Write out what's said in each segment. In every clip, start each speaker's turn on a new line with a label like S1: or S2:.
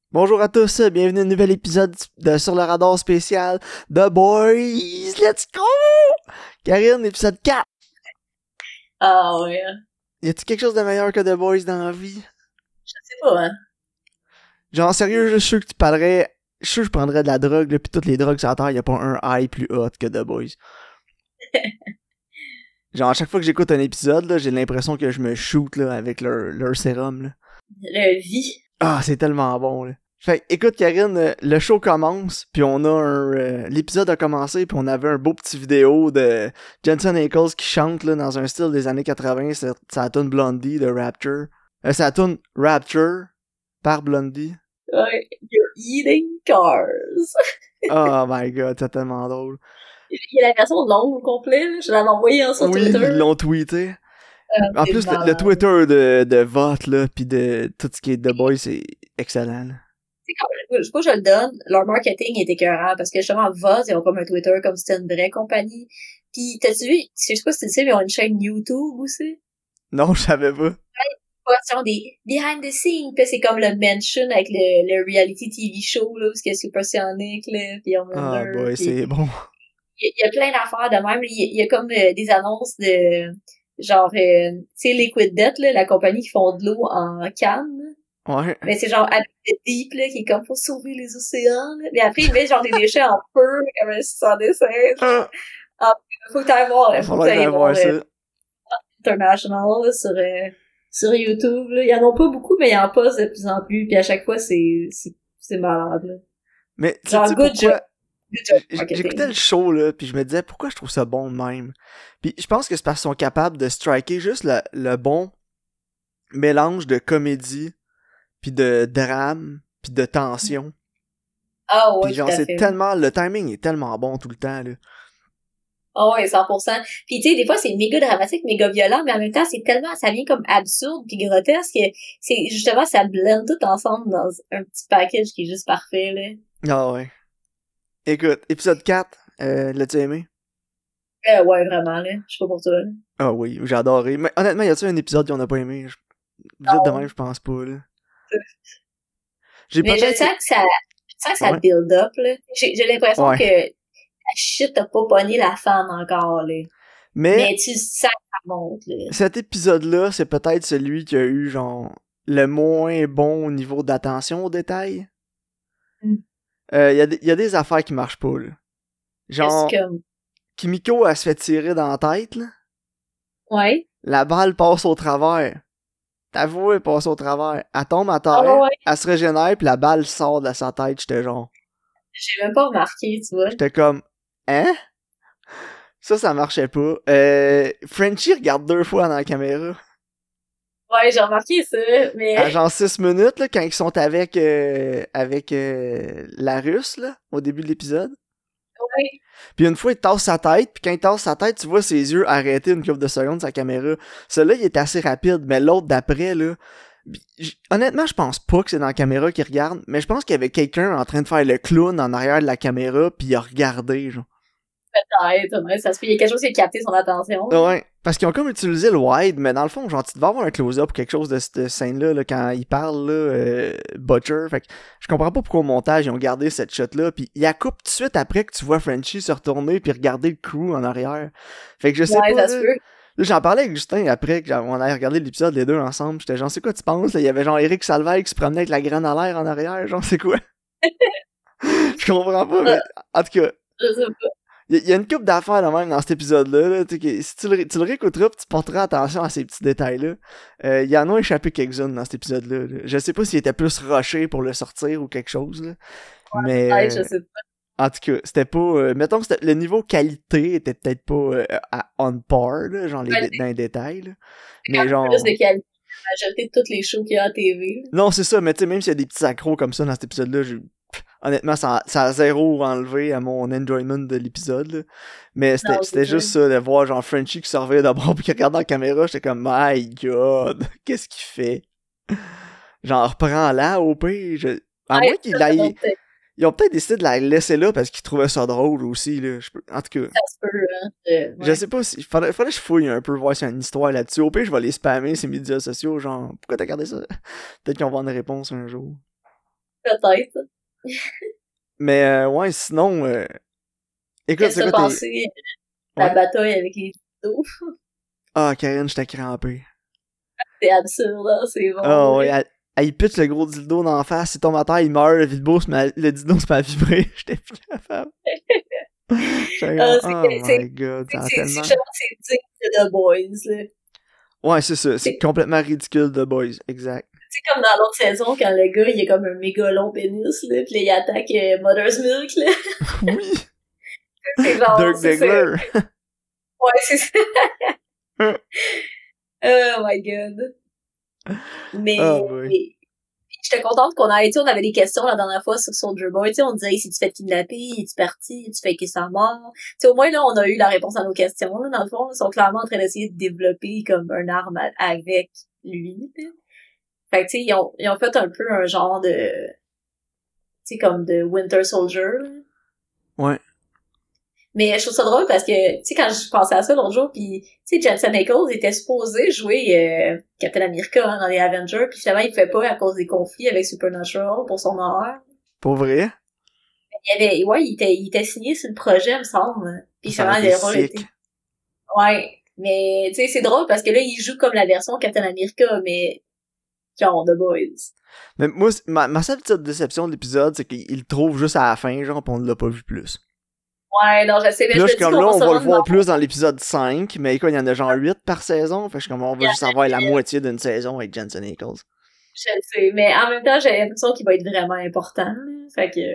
S1: Bonjour à tous, bienvenue à un nouvel épisode de Sur le radar spécial The Boys. Let's go! Karine, épisode 4.
S2: Ah ouais.
S1: Y a-t-il quelque chose de meilleur que The Boys dans la vie?
S2: Je sais pas, hein.
S1: Genre, sérieux, je suis sûr que tu parlerais... Je suis sûr que je prendrais de la drogue, là, pis toutes les drogues sur la terre, y a pas un high plus hot que The Boys. Genre, à chaque fois que j'écoute un épisode, là, j'ai l'impression que je me shoot, là, avec leur sérum, là.
S2: Le vie.
S1: Ah, c'est tellement bon, là. Fait écoute, Karine, le show commence, puis on a l'épisode a commencé, puis on avait un beau petit vidéo de Jensen Ackles qui chante, là, dans un style des années 80, c'est la tune Blondie de Rapture. C'est la tune Rapture par Blondie.
S2: Ouais. You're eating cars.
S1: Oh my god, c'est tellement drôle.
S2: Il y a la version longue au complet, là. Je l'avais envoyée sur
S1: Oui,
S2: Twitter.
S1: ils l'ont tweeté. En plus, le Twitter de vote, là, pis de tout ce qui est The Boys, c'est excellent, là.
S2: Je sais pas, je le donne. Leur marketing est écœurant parce que justement, Voz, ils ont comme un Twitter comme si c'était une vraie compagnie. Pis, t'as-tu vu, je sais pas si tu le sais, mais ils ont une chaîne YouTube aussi.
S1: Non, je savais pas.
S2: Ils ont des behind the scenes, pis c'est comme le Mansion avec le reality TV show, là, où c'est Supersonic, là, pis
S1: Ah, boy, c'est bon.
S2: Il y a plein d'affaires de même. Il y a comme des annonces de genre tu sais Liquid Death là, la compagnie qui font de l'eau en canne.
S1: Ouais.
S2: Mais c'est genre avec le Deep là qui est comme pour sauver les océans. Là. Mais après ils mettent genre des déchets en feu comme un sans dessin. Faut que t'ailles voir, faut que t'ailles voir
S1: ça.
S2: International là, sur YouTube là. Il y en a pas beaucoup mais il y en passe de plus en plus puis à chaque fois c'est malade là.
S1: Mais
S2: genre good job.
S1: J'écoutais le show, là, pis je me disais, pourquoi je trouve ça bon de même? Pis je pense que c'est parce qu'ils sont capables de striker juste le bon mélange de comédie, pis de drame, pis de tension.
S2: Ah ouais,
S1: pis genre, c'est tellement... Le timing est tellement bon tout le temps, là.
S2: Ah ouais, 100%. Puis tu sais, des fois, c'est méga dramatique, méga violent, mais en même temps, c'est tellement... Ça vient comme absurde puis grotesque que c'est justement, ça blende tout ensemble dans un petit package qui est juste parfait, là.
S1: Ah ouais. Écoute, épisode 4, l'as-tu aimé?
S2: Ouais, vraiment, là. Je sais pas pour toi, là.
S1: Ah oui, j'ai adoré. Mais honnêtement, y a-tu un épisode qu'on a pas aimé? Vite de même, je pense pas, là.
S2: Mais je sens que ça build up, là. J'ai l'impression que la shit t'as pas pogné la femme encore, là. Mais tu sens que ça monte, là.
S1: Cet épisode-là, c'est peut-être celui qui a eu, genre, le moins bon niveau d'attention aux détails. Y a des affaires qui marchent pas, là. Genre, Kimiko, elle se fait tirer dans la tête, là.
S2: Ouais.
S1: La balle passe au travers. T'avoues, elle passe au travers. Elle tombe à terre, elle se régénère, pis la balle sort de sa tête. J'étais genre...
S2: J'ai même pas remarqué, tu vois.
S1: J'étais comme... Hein? Ça marchait pas. Frenchie regarde 2 fois dans la caméra.
S2: Ouais, j'ai remarqué ça, mais...
S1: À genre 6 minutes, là, quand ils sont avec la Russe, là, au début de l'épisode.
S2: Ouais.
S1: Puis une fois, il tasse sa tête, puis quand il tasse sa tête, tu vois ses yeux arrêter une couple de secondes sa caméra. Celui-là, il est assez rapide, mais l'autre d'après, là... Honnêtement, je pense pas que c'est dans la caméra qu'il regarde, mais je pense qu'il y avait quelqu'un en train de faire le clown en arrière de la caméra, puis il a regardé, genre.
S2: Peut-être, ouais, ça se fait. Il y a quelque chose qui a capté son attention.
S1: Ouais, parce qu'ils ont comme utilisé le wide, mais dans le fond, genre, tu devais avoir un close-up ou quelque chose de cette scène-là, là, quand il parle, là, Butcher. Fait que je comprends pas pourquoi au montage, ils ont gardé cette shot-là, puis il la coupe tout de suite après que tu vois Frenchie se retourner puis regarder le crew en arrière. Fait que je sais pas,
S2: ça se peut.
S1: Là, j'en parlais avec Justin après qu'on avait regardé l'épisode les deux ensemble. J'étais genre, c'est quoi tu penses? Il y avait genre Eric Salvaille qui se promenait avec la graine à l'air en arrière. Genre, c'est quoi? Je comprends pas, mais en tout cas...
S2: Je sais pas.
S1: Il y a une couple d'affaires là même dans cet épisode-là. Là, si tu le réécouteras, tu porteras attention à ces petits détails-là. Il y en a échappé quelques-unes dans cet épisode-là. Là. Je sais pas s'il était plus rushé pour le sortir ou quelque chose. Là.
S2: Ouais,
S1: mais
S2: je sais pas.
S1: En tout cas, c'était pas... mettons que le niveau qualité était peut-être pas on par, là, genre dans les détails. Là.
S2: Mais genre... plus de qualité. La majorité de toutes les shows qu'il y a à TV. Là.
S1: Non, c'est ça, mais tu sais, même s'il y a des petits accros comme ça dans cet épisode-là, honnêtement, ça a zéro enlevé à mon enjoyment de l'épisode, là. Mais c'était juste ça, de voir genre Frenchie qui surveille d'abord pis qui regarde dans la caméra, j'étais comme, my god, qu'est-ce qu'il fait? Genre, reprends-la au pire. À moins qu'il aille... Ils ont peut-être décidé de la laisser là parce qu'ils trouvaient ça drôle aussi, là. En tout cas.
S2: Ça se peut, hein. Ouais.
S1: Je sais pas si... Faudrait que je fouille un peu, voir s'il y a une histoire là-dessus. Au pire, je vais les spammer, ces médias sociaux, genre, pourquoi t'as gardé ça? Peut-être qu'ils vont avoir une réponse un jour.
S2: Peut-être.
S1: Mais sinon... Écoute,
S2: Qu'est-ce que t'as pensé de la bataille avec les dildos?
S1: Ah, Karine, j'étais crampé.
S2: C'est absurde, hein? C'est bon.
S1: Ah ouais, il pitch le gros dildo dans la face, il tombe à terre, il meurt, le dildo se met à vibrer. J'étais plus capable. Oh my god, ça a tellement...
S2: C'est digne de The Boys, là.
S1: Ouais, c'est ça, c'est complètement ridicule, The Boys, exact.
S2: C'est comme dans l'autre saison, quand le gars, il est comme un méga long pénis, là, pis là, il attaque Mother's Milk, là.
S1: Oui!
S2: C'est genre...
S1: Dirk Diggler!
S2: Ouais, c'est ça. Oh my god. Mais... j'étais contente qu'on ait, on avait des questions la dernière fois sur Soldier Boy, on disait, si tu fais kidnapper, es-tu parti, tu fais qu'il sa mort? Au moins, là, on a eu la réponse à nos questions, là, dans le fond, ils sont clairement en train d'essayer de développer comme un arme avec lui, là. Fait que, ils ont fait un peu un genre de, comme de Winter Soldier, là.
S1: Ouais.
S2: Mais je trouve ça drôle parce que, quand je pensais à ça l'autre jour, pis, Jensen Ackles était supposé jouer Captain America dans les Avengers, puis finalement, il pouvait pas à cause des conflits avec Supernatural pour son horaire.
S1: Pour vrai?
S2: Il était signé sur le projet, il me semble. Puis finalement, il a été... Ouais. Mais, c'est drôle parce que là, il joue comme la version Captain America, mais genre The Boys.
S1: Mais moi, ma seule petite déception de l'épisode, c'est qu'il le trouve juste à la fin, genre, pis on l'a pas vu plus.
S2: Ouais, non, je sais, mais
S1: là,
S2: je
S1: comme là, on va le voir plus dans l'épisode 5, mais écoute, il y en a genre 8 par saison, fait que on va juste avoir la moitié d'une saison avec Jensen Ackles.
S2: Je le sais, mais en même temps, j'ai l'impression qu'il va être vraiment important, fait que...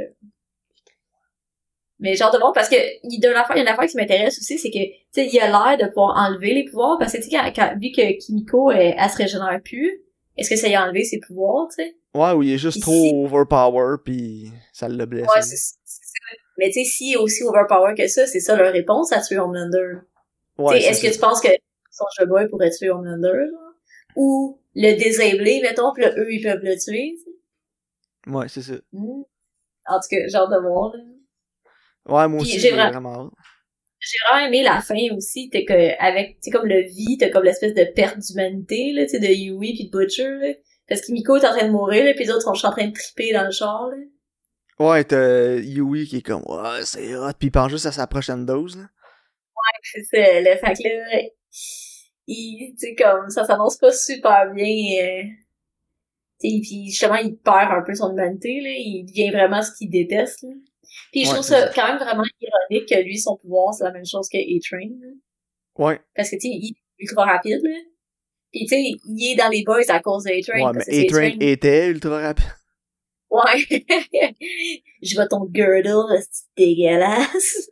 S2: Mais genre de voir, parce que il y a une affaire qui m'intéresse aussi, c'est que, il a l'air de pouvoir enlever les pouvoirs, parce que, vu que Kimiko, elle se régénère plus, est-ce que ça y a enlevé ses pouvoirs, tu sais?
S1: Ouais, ou il est juste trop overpower, pis ça l'a blessé.
S2: Ouais, c'est ça. Mais tu sais, s'il est aussi overpower que ça, c'est ça leur réponse à tuer Homelander. Ouais, est-ce que tu penses que Soldier Boy pourrait tuer Homelander, genre? Ou le désabler, mettons, pis là, eux, ils peuvent le tuer, t'sais?
S1: Ouais, c'est ça.
S2: En tout cas, j'ai hâte de voir, là.
S1: Ouais, moi aussi, j'ai vraiment hâte.
S2: J'ai vraiment aimé la fin aussi, t'es que, avec, comme le vie, t'as comme l'espèce de perte d'humanité, là, de Yui pis de Butcher, là. Parce que Miko est en train de mourir, là, pis les autres sont en train de triper dans le char, là.
S1: Ouais, t'as Yui qui est comme, ouais, c'est hot, pis il pense juste à sa prochaine dose, là.
S2: Ouais, c'est ça, le fait que là, tu sais, comme, ça s'annonce pas super bien, pis justement, il perd un peu son humanité, là, il devient vraiment ce qu'il déteste, là. Pis je trouve ça quand même vraiment ironique que lui, son pouvoir, c'est la même chose que A-Train, là.
S1: Ouais.
S2: Parce que, tu sais, il est ultra rapide, là. Pis, tu sais, il est dans les boys à cause d'A-Train.
S1: Ouais, mais A-Train était ultra rapide.
S2: Ouais. Je vois ton girdle, c'est dégueulasse.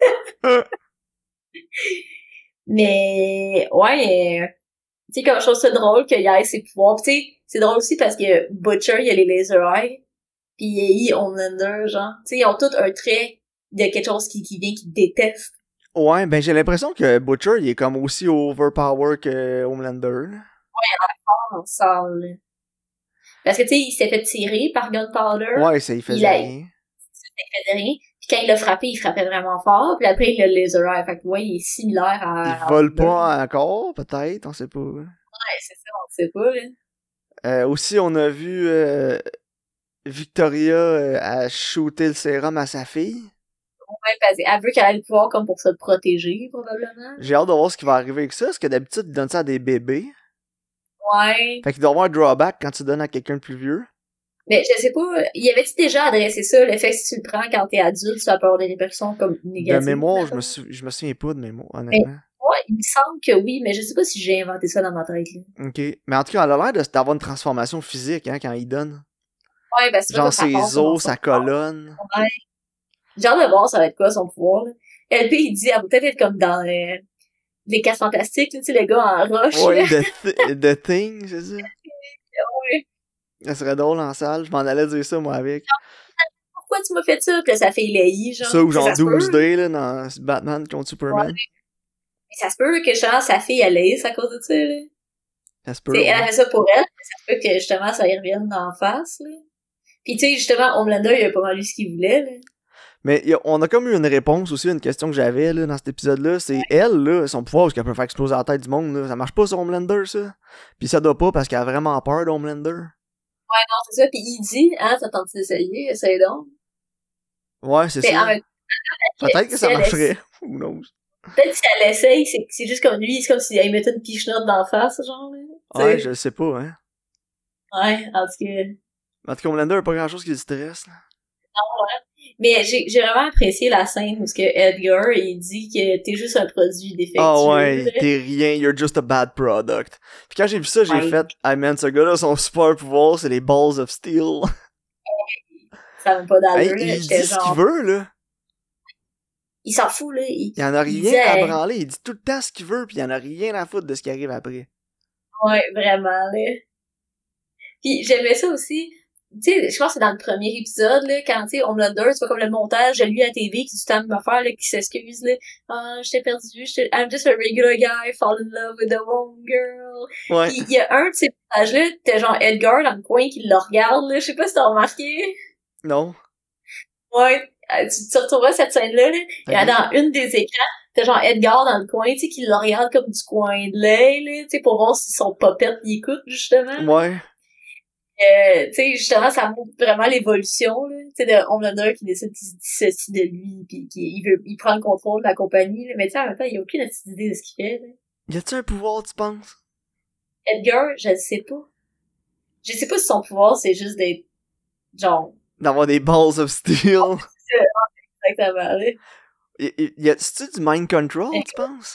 S2: Mais, ouais, tu sais, comme je trouve ça drôle qu'il ait ses pouvoirs. Pis, tu sais, c'est drôle aussi parce que Butcher, il a les laser eyes. Pis Yei, Homelander, genre. Tu sais, ils ont tous un trait de quelque chose qui vient, qui déteste.
S1: Ouais, ben j'ai l'impression que Butcher, il est comme aussi overpower que Homelander.
S2: Ouais, ensemble. Parce que, tu sais, il s'est fait tirer par Gunpowder.
S1: Ouais, ça, il faisait rien.
S2: Il faisait rien. Puis quand il l'a frappé, il frappait vraiment fort. Puis après, il a le laser eye. Fait que, ouais, il est similaire à...
S1: Il vole pas encore, peut-être, on sait pas. Ouais,
S2: c'est ça, on sait pas, là.
S1: Aussi, on a vu Victoria à shooter le sérum à sa fille.
S2: Ouais, parce qu'elle veut qu'elle ait le pouvoir comme pour se protéger, probablement.
S1: J'ai hâte de voir ce qui va arriver avec ça, parce que d'habitude, ils donnent ça à des bébés.
S2: Ouais.
S1: Fait qu'il doit y avoir un drawback quand tu donnes à quelqu'un de plus vieux.
S2: Mais je sais pas, y avait-tu déjà adressé ça, le fait que si tu le prends quand t'es adulte, tu vas avoir des répercussions comme négatives?
S1: De mémoire, je me souviens pas de mémoire, honnêtement.
S2: Ouais, il me semble que oui, mais je sais pas si j'ai inventé ça dans ma tête, là.
S1: Ok. Mais en tout cas, elle a l'air d'avoir une transformation physique, hein, quand il donne.
S2: Ouais, ben c'est
S1: genre ses os, sa colonne.
S2: Ouais. J'ai hâte de voir ça va être quoi son pouvoir, là. LP, il dit, elle va peut-être être comme dans les 4 fantastiques, tu sais, les gars en roche.
S1: Ouais, The Thing, c'est ça?
S2: Ouais.
S1: Ça serait drôle en salle, je m'en allais dire ça, moi, avec.
S2: Pourquoi tu m'as fait ça? Que ça fait Leahy, genre.
S1: Ça, ou genre Doomsday, là, dans Batman contre Superman.
S2: Ouais. Mais ça se peut, là, que genre, sa fille, elle laisse à cause de ça, là.
S1: Ça se peut.
S2: Elle a fait ça pour elle, mais ça se peut que, justement, ça y revienne d'en face, là. Pis, tu sais, justement, Homelander, il a pas mal eu ce qu'il voulait, là.
S1: Mais on a comme eu une réponse aussi à une question que j'avais là, dans cet épisode-là. C'est elle, là, son pouvoir, parce qu'elle peut faire exploser la tête du monde. Là. Ça marche pas sur Homelander, ça. Puis ça doit pas parce qu'elle a vraiment peur d'Homelander.
S2: Ouais, non, c'est ça. Puis il dit, hein, t'as tenté d'essayer, essaye donc.
S1: Ouais, c'est ça. Peut-être que ça marcherait. Who knows?
S2: Peut-être si elle essaye, c'est juste comme lui, c'est comme s'il mettait une piche-note d'en face, genre.
S1: Ouais, je sais pas, hein.
S2: Ouais, en tout cas.
S1: En tout cas, Homelander a pas grand-chose qui le stresse, là.
S2: Non, ouais. Mais j'ai vraiment apprécié la scène où que Edgar, il dit que t'es juste un produit défectueux.
S1: Ah ouais, t'es rien, you're just a bad product. Puis quand j'ai vu ça, j'ai fait, hey man, ce gars-là, son super pouvoir, c'est les balls of steel.
S2: Ça m'a pas d'allure,
S1: hey, il dit ce qu'il veut, là.
S2: Il s'en fout, là.
S1: Il en a rien à branler, il dit tout le temps ce qu'il veut, puis il en a rien à foutre de ce qui arrive après.
S2: Ouais, vraiment, là. Puis j'aimais ça aussi. Tu sais, je pense que c'est dans le premier épisode, là, quand, tu sais, Homelander, c'est pas comme le montage de lui à TV qui dit tant de m'affaire, là, qui s'excuse, là. Ah, j'étais perdu, I'm just a regular guy, fall in love with the wrong girl.
S1: Ouais.
S2: Puis il y a un de ces montages-là, t'as genre Edgar dans le coin qui le regarde, là. Je sais pas si t'as remarqué.
S1: Non.
S2: Ouais. Tu retrouveras cette scène-là, là. Et dans une des écrans, t'as genre Edgar dans le coin, tu sais, qui le regarde comme du coin de l'œil, là, tu sais, pour voir si son popette il écoute, justement.
S1: Ouais.
S2: Tu sais, justement, ça montre vraiment l'évolution, là, tu sais, de Homelander qui décide qu'il se dissocie de lui, pis il prend le contrôle de la compagnie, là. Mais tu sais, en même temps, il a aucune idée de ce qu'il fait, là.
S1: Y a-tu un pouvoir, tu penses?
S2: Edgar, je sais pas. Je sais pas si son pouvoir, c'est juste d'être, genre...
S1: D'avoir des balls of steel.
S2: C'est ça, exactement, là.
S1: Y a-tu du mind control, tu penses?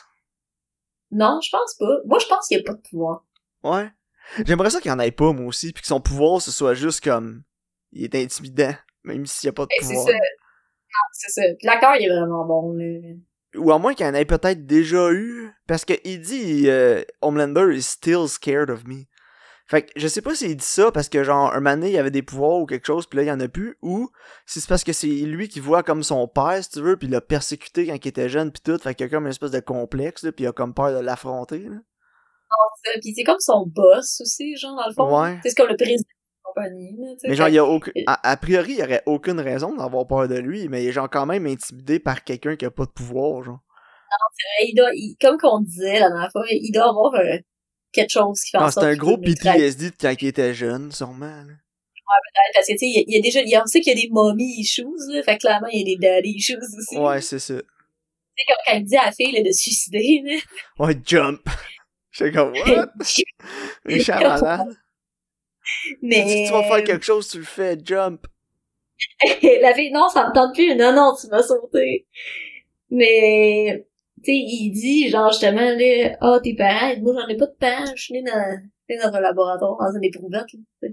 S2: Non, je pense pas. Moi, je pense qu'il y a pas de pouvoir.
S1: Ouais. J'aimerais ça qu'il y en ait pas, moi aussi, puis que son pouvoir, ce soit juste comme... Il est intimidant, même s'il y a pas de pouvoir.
S2: C'est ça. Non, c'est ça. Puis l'acteur, il est vraiment bon, là.
S1: Ou à moins qu'il y en ait peut-être déjà eu, parce que il dit Homelander is still scared of me. Fait que je sais pas s'il dit ça parce que genre un moment donné, il y avait des pouvoirs ou quelque chose, puis là il y en a plus, ou si c'est parce que c'est lui qui voit comme son père, si tu veux, puis il l'a persécuté quand il était jeune puis tout, fait qu'il y a comme une espèce de complexe, là, puis il a comme peur de l'affronter, là.
S2: Puis c'est comme son boss aussi, genre, dans le fond.
S1: Ouais.
S2: C'est comme le président de la compagnie, là,
S1: mais genre, il y a a priori, il y aurait aucune raison d'avoir peur de lui, mais il est genre quand même intimidé par quelqu'un qui a pas de pouvoir, genre.
S2: Non, c'est vrai, comme qu'on disait la dernière fois, il doit avoir quelque chose qui fait en sorte.
S1: C'est un gros PTSD de quand il était jeune, sûrement, là.
S2: Ouais, peut-être, parce que, tu sais, il y a déjà, on sait qu'il y a des mommy issues, là, fait que clairement, il y a des daddy issues aussi.
S1: Ouais, c'est ça.
S2: Tu sais, comme quand il dit à la fille, là, de se suicider, là.
S1: Ouais, jump! J'étais comme, what? Méchant malade.
S2: Mais...
S1: Si tu vas faire quelque chose, tu le fais, jump!
S2: La fille, non, ça me tente plus, non, tu m'as sauté. Mais... Tu sais, il dit, genre, justement, là, ah, tes parents, moi, j'en ai pas de parents, je suis né dans un laboratoire, dans une éprouvette, là.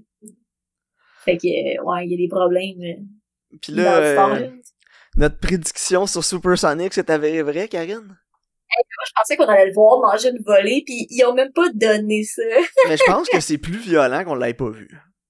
S2: Fait que, ouais, il y a des problèmes.
S1: Pis là, notre prédiction sur Supersonic s'est avérée vraie, Karine?
S2: Moi, je pensais qu'on allait le voir manger une volée, pis ils ont même pas donné ça.
S1: Mais je pense que c'est plus violent qu'on l'ait pas vu.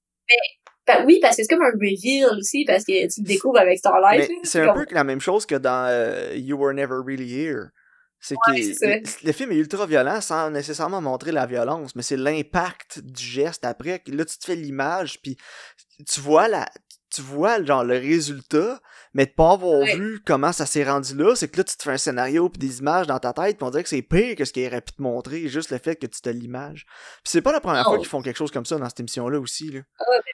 S2: Mais, oui, parce que c'est comme un reveal aussi, parce que tu le découvres avec Starlight.
S1: Mais c'est un peu la même chose que dans You Were Never Really Here. C'est que le film est ultra violent sans nécessairement montrer la violence, mais c'est l'impact du geste après. Là, tu te fais l'image, puis tu vois genre le résultat, mais de pas avoir vu comment ça s'est rendu là, c'est que là, tu te fais un scénario puis des images dans ta tête, puis on dirait que c'est pire que ce qu'il aurait pu te montrer, juste le fait que tu te l'images. Puis c'est pas la première fois qu'ils font quelque chose comme ça dans cette émission-là aussi, là.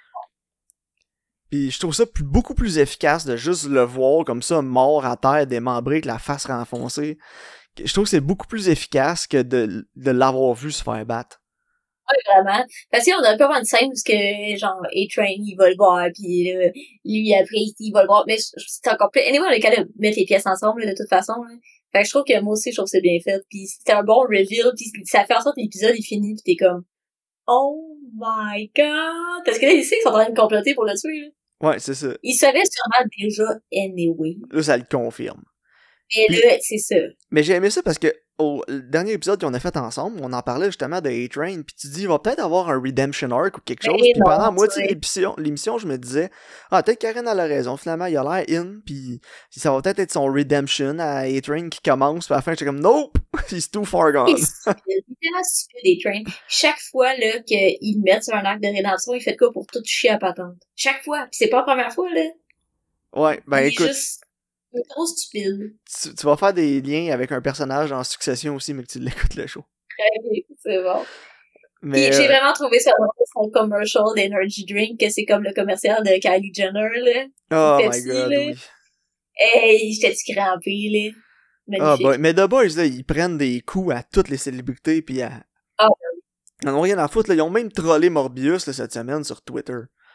S1: Puis je trouve ça beaucoup plus efficace de juste le voir comme ça, mort à terre, démembré, avec la face renfoncée. Je trouve que c'est beaucoup plus efficace que de l'avoir vu se faire battre.
S2: Oui, vraiment. Parce qu'on a un peu avoir une scène où que, genre, A-Train, il va le voir, puis lui, après, il va le voir. Mais c'est encore plus... Anyway, on est capable de mettre les pièces ensemble, là, de toute façon. Là. Fait que je trouve que moi aussi, je trouve que c'est bien fait. Puis c'était un bon reveal, puis ça fait en sorte que l'épisode est fini, puis t'es comme... Oh my god! Parce que là, ici, ils sont en train de comploter pour le tuer, là.
S1: Ouais, c'est ça.
S2: Ils savaient sûrement déjà anyway.
S1: Là, ça le confirme.
S2: Mais puis, là, c'est ça.
S1: Mais j'ai aimé ça parce que au dernier épisode qu'on a fait ensemble, on en parlait justement de A-Train, puis tu dis, il va peut-être avoir un redemption arc ou quelque chose, puis pendant la moitié de l'émission, je me disais, ah, peut-être Karen a la raison, finalement, il a l'air in, puis ça va peut-être être son redemption à A-Train qui commence, puis à la fin, j'étais comme, nope, he's too far gone.
S2: C'est tellement stupide, A-Train. Chaque fois, là, qu'ils mettent sur un arc de rédemption, il fait de quoi pour tout chier à patente. Chaque fois. Pis c'est pas la première fois, là.
S1: Ouais, ben écoute.
S2: Il est trop stupide.
S1: Tu vas faire des liens avec un personnage en Succession aussi, mais que tu l'écoutes le show.
S2: C'est bon.
S1: Mais,
S2: Puis j'ai vraiment trouvé ça drôle, son commercial d'Energy Drink, que c'est comme le commercial de Kylie Jenner, là.
S1: oh
S2: Pepsi,
S1: my god,
S2: là.
S1: oui.
S2: Hey, j'étais-tu crampée, là. Magnifique.
S1: Boy. Mais The Boys, là, ils prennent des coups à toutes les célébrités, pis à... Ils en ont rien à foutre, là. Ils ont même trollé Morbius, là, cette semaine, sur Twitter.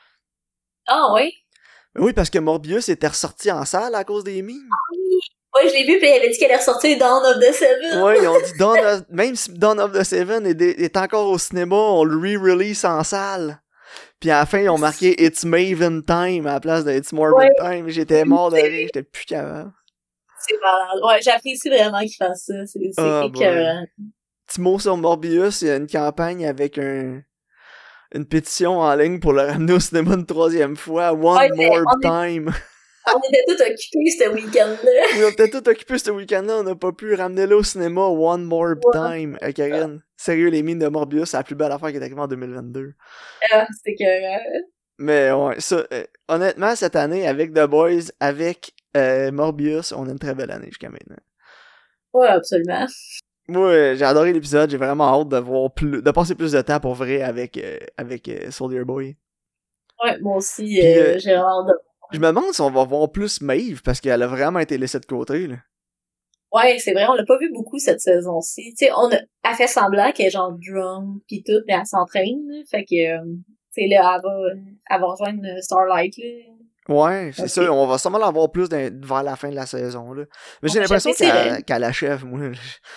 S2: Oui?
S1: Oui, parce que Morbius était ressorti en salle à cause des memes.
S2: Oui! Ouais, je l'ai vu, pis elle avait dit qu'elle est ressortie Dawn of the Seven.
S1: Ouais, ils ont dit même si Dawn of the Seven est encore au cinéma, on le re-release en salle. Puis à la fin, ils ont marqué It's Maven Time à la place de It's Morbid Time. J'étais mort de rire, j'étais plus capable.
S2: C'est malade. Ouais, j'apprécie vraiment qu'ils fassent ça. C'est écœurant.
S1: Petit mot sur Morbius, il y a une campagne avec une pétition en ligne pour le ramener au cinéma une 3e fois. One more time.
S2: On était tous occupés ce week-end-là.
S1: Oui, on était tous occupés ce week-end-là. On n'a pas pu ramener là au cinéma One more time. Karine, sérieux, les mines de Morbius, c'est la plus belle affaire qui est arrivée en 2022.
S2: Ah, c'est écœurant.
S1: Mais ouais, ça, honnêtement, cette année, avec The Boys, avec Morbius, on a une très belle année jusqu'à maintenant.
S2: Ouais, absolument.
S1: Moi, j'ai adoré l'épisode, j'ai vraiment hâte de passer plus de temps pour vrai avec Soldier Boy.
S2: Ouais, moi aussi, j'ai vraiment hâte de...
S1: Je me demande si on va voir plus Maeve, parce qu'elle a vraiment été laissée de côté, là.
S2: Ouais, c'est vrai, on l'a pas vu beaucoup cette saison-ci. Tu sais, elle fait semblant qu'elle est genre drunk pis tout, mais elle s'entraîne, là. Fait que, tu sais, là, elle va rejoindre Starlight, là.
S1: Ouais, c'est ça, on va sûrement l'avoir plus vers la fin de la saison, là. Mais j'ai l'impression qu'elle achève, moi.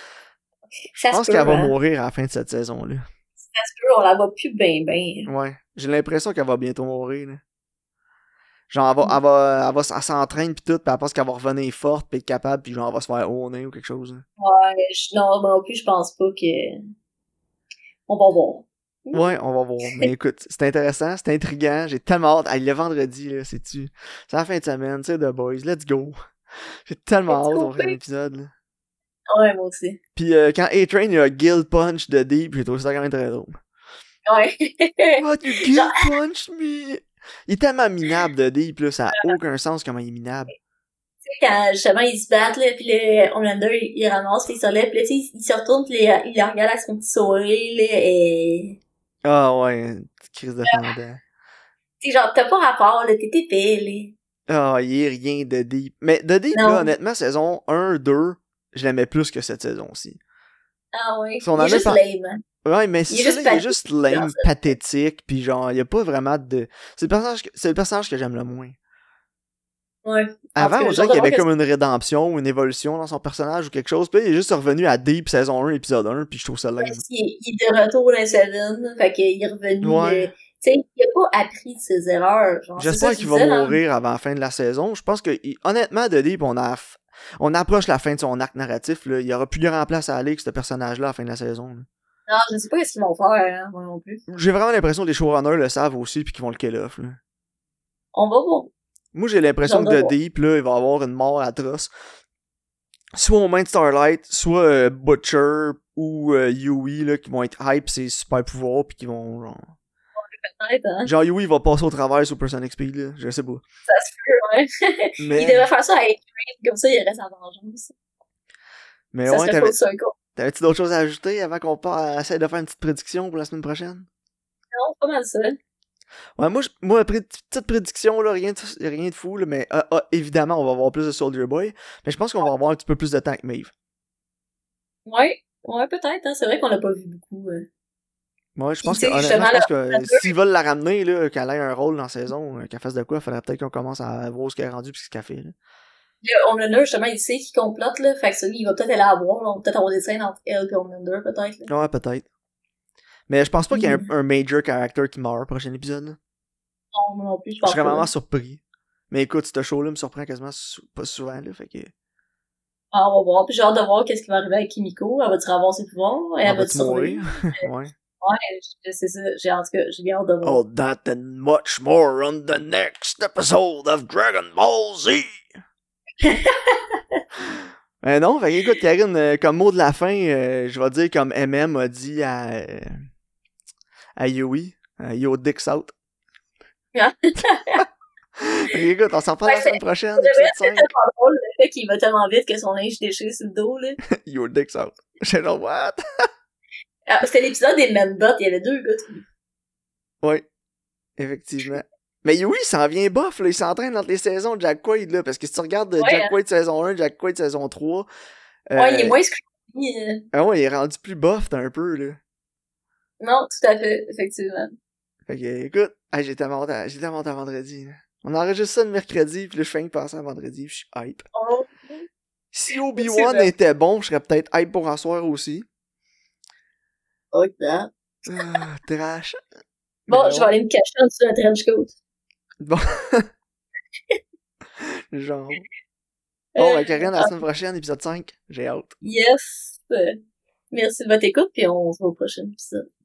S1: Je pense qu'elle va mourir à la fin de cette saison-là.
S2: Ça se peut, on la voit plus ben.
S1: Ouais, j'ai l'impression qu'elle va bientôt mourir, là. Genre, elle s'entraîne pis tout, pis elle pense qu'elle va revenir forte pis être capable, pis genre, elle va se faire honner ou quelque chose. Là.
S2: Ouais, non plus, je pense pas que... On va voir.
S1: Ouais, on va voir. Mais écoute, c'est intéressant, c'est intriguant, j'ai tellement hâte. Le vendredi, là, c'est la fin de semaine, tu sais, The Boys, let's go. J'ai tellement hâte au prochain épisode, là.
S2: Ouais, moi aussi.
S1: Pis quand A-Train, il y a un Guild Punch de Deep, j'ai trouvé ça quand même très drôle.
S2: Ouais.
S1: What, you Guild Punch me? Il est tellement minable de Deep, là, ça n'a aucun sens comment il est minable.
S2: Tu sais, quand justement ils se battent, là, pis le Homelander, il ramasse, il se lève, pis là, tu sais, il se retourne, pis il la regarde avec son petit sourire, là, et...
S1: Ah ouais, une petite crise de fendant.
S2: Tu sais, genre, t'as pas rapport, là, t'es épais,
S1: là. Ah, il est rien de Deep. Mais de Deep, là, honnêtement, saison 1, 2, je l'aimais plus que cette saison-ci.
S2: Ah ouais, il est juste lame.
S1: Ouais, mais il est juste lame, pathétique, pis genre, il y a pas vraiment de... C'est le personnage que j'aime le moins.
S2: Ouais.
S1: Avant, on dirait qu'il y avait comme une rédemption ou une évolution dans son personnage ou quelque chose, pis il est juste revenu à Deep saison 1, épisode 1, pis je trouve ça lame.
S2: Il est de retour dans Seven, fait qu'il est revenu... Ouais. Tu sais, il a pas appris de ses erreurs.
S1: J'espère qu'il va mourir avant la fin de la saison. Je pense que, honnêtement, de Deep, on approche la fin de son arc narratif, là. Il y aura plus grand place à aller que ce personnage-là à la fin de la saison, là.
S2: Non, je sais pas ce qu'ils vont faire, moi non plus.
S1: J'ai vraiment l'impression que les showrunners le savent aussi pis qu'ils vont le kill off, là.
S2: On va voir.
S1: Moi, j'ai l'impression que The Deep, là, il va avoir une mort atroce. Soit aux mains de Starlight, soit Butcher ou Yui, là, qui vont être hype ses super pouvoirs pis qui vont, genre...
S2: Peut-être, hein.
S1: Genre, Yui va passer au travers Supersonic Speed, là. Je sais pas.
S2: Ça se peut, ouais. Mais... Il devrait faire ça à A-Train, comme ça, il reste en vengeance.
S1: Mais
S2: ça
S1: ouais,
S2: t'avais-tu
S1: d'autres choses à ajouter avant qu'on essaie de faire une petite prédiction pour la semaine prochaine?
S2: Non, pas mal ça.
S1: Ouais, moi petite prédiction, là, rien de fou, là, mais évidemment, on va avoir plus de Soldier Boy, mais je pense qu'on va avoir un petit peu plus de temps que Maeve.
S2: Ouais, peut-être, hein, c'est vrai qu'on l'a pas vu beaucoup.
S1: Ouais, je pense que s'ils veulent la ramener, là, qu'elle ait un rôle dans la saison, qu'elle fasse de quoi, il faudrait peut-être qu'on commence à voir ce qu'elle est rendu pis ce qu'elle fait, là.
S2: Homelander, justement, il sait qu'il complote, là, fait que ça, il va peut-être aller la voir, là, on va peut-être avoir des scènes entre elle et Homelander, peut-être, là.
S1: Ouais, peut-être. Mais je pense pas qu'il y ait un major character qui meurt au prochain épisode, là.
S2: Non, moi non plus, je pense pas.
S1: Je serais vraiment surpris. Mais écoute, ce show-là me surprend quasiment pas souvent, là, fait que...
S2: Ah, on va voir, puis j'ai hâte de voir qu'est-ce qui va arriver avec Kimiko, elle va-tu avoir ses pouvoirs, elle va-tu
S1: mourir? Ouais.
S2: Ouais, c'est ça, j'ai hâte de voir.
S1: All that and much more on the next episode of Dragon Ball Z! Non, fait écoute, Karine, comme mot de la fin, je vais dire comme MM a dit à Yui, Yo Dicks Out. Écoute, on s'en reparle la semaine prochaine, épisode 5.
S2: C'est tellement drôle le fait qu'il va tellement vite que son linge déchire sur le dos, là.
S1: Yo Dicks Out. Je sais pas, what?
S2: Ah, c'était l'épisode des Mendot, il y avait 2 gars.
S1: Oui, effectivement. Mais Yui, il s'en vient bof, là. Il s'entraîne entre les saisons de Jack Quaid, là. Parce que si tu regardes Jack Quaid saison 1, Jack Quaid saison 3...
S2: ouais, il est moins scruté.
S1: Ah ouais, il est rendu plus buff un peu, là.
S2: Non, tout à fait, effectivement.
S1: Fait que, écoute, j'ai tellement hâte à vendredi, là. On enregistre ça le mercredi, puis là, je fais passer à vendredi, puis je suis hype.
S2: Oh.
S1: Si Obi-Wan était bon, je serais peut-être hype pour en soir aussi.
S2: Fuck that.
S1: Trash.
S2: Bon, je vais aller me cacher en dessous d'un trench coat.
S1: Bon. Genre. Bon, Karine, la semaine prochaine, épisode 5. J'ai hâte.
S2: Yes. Merci de votre écoute, puis on se voit au prochain épisode.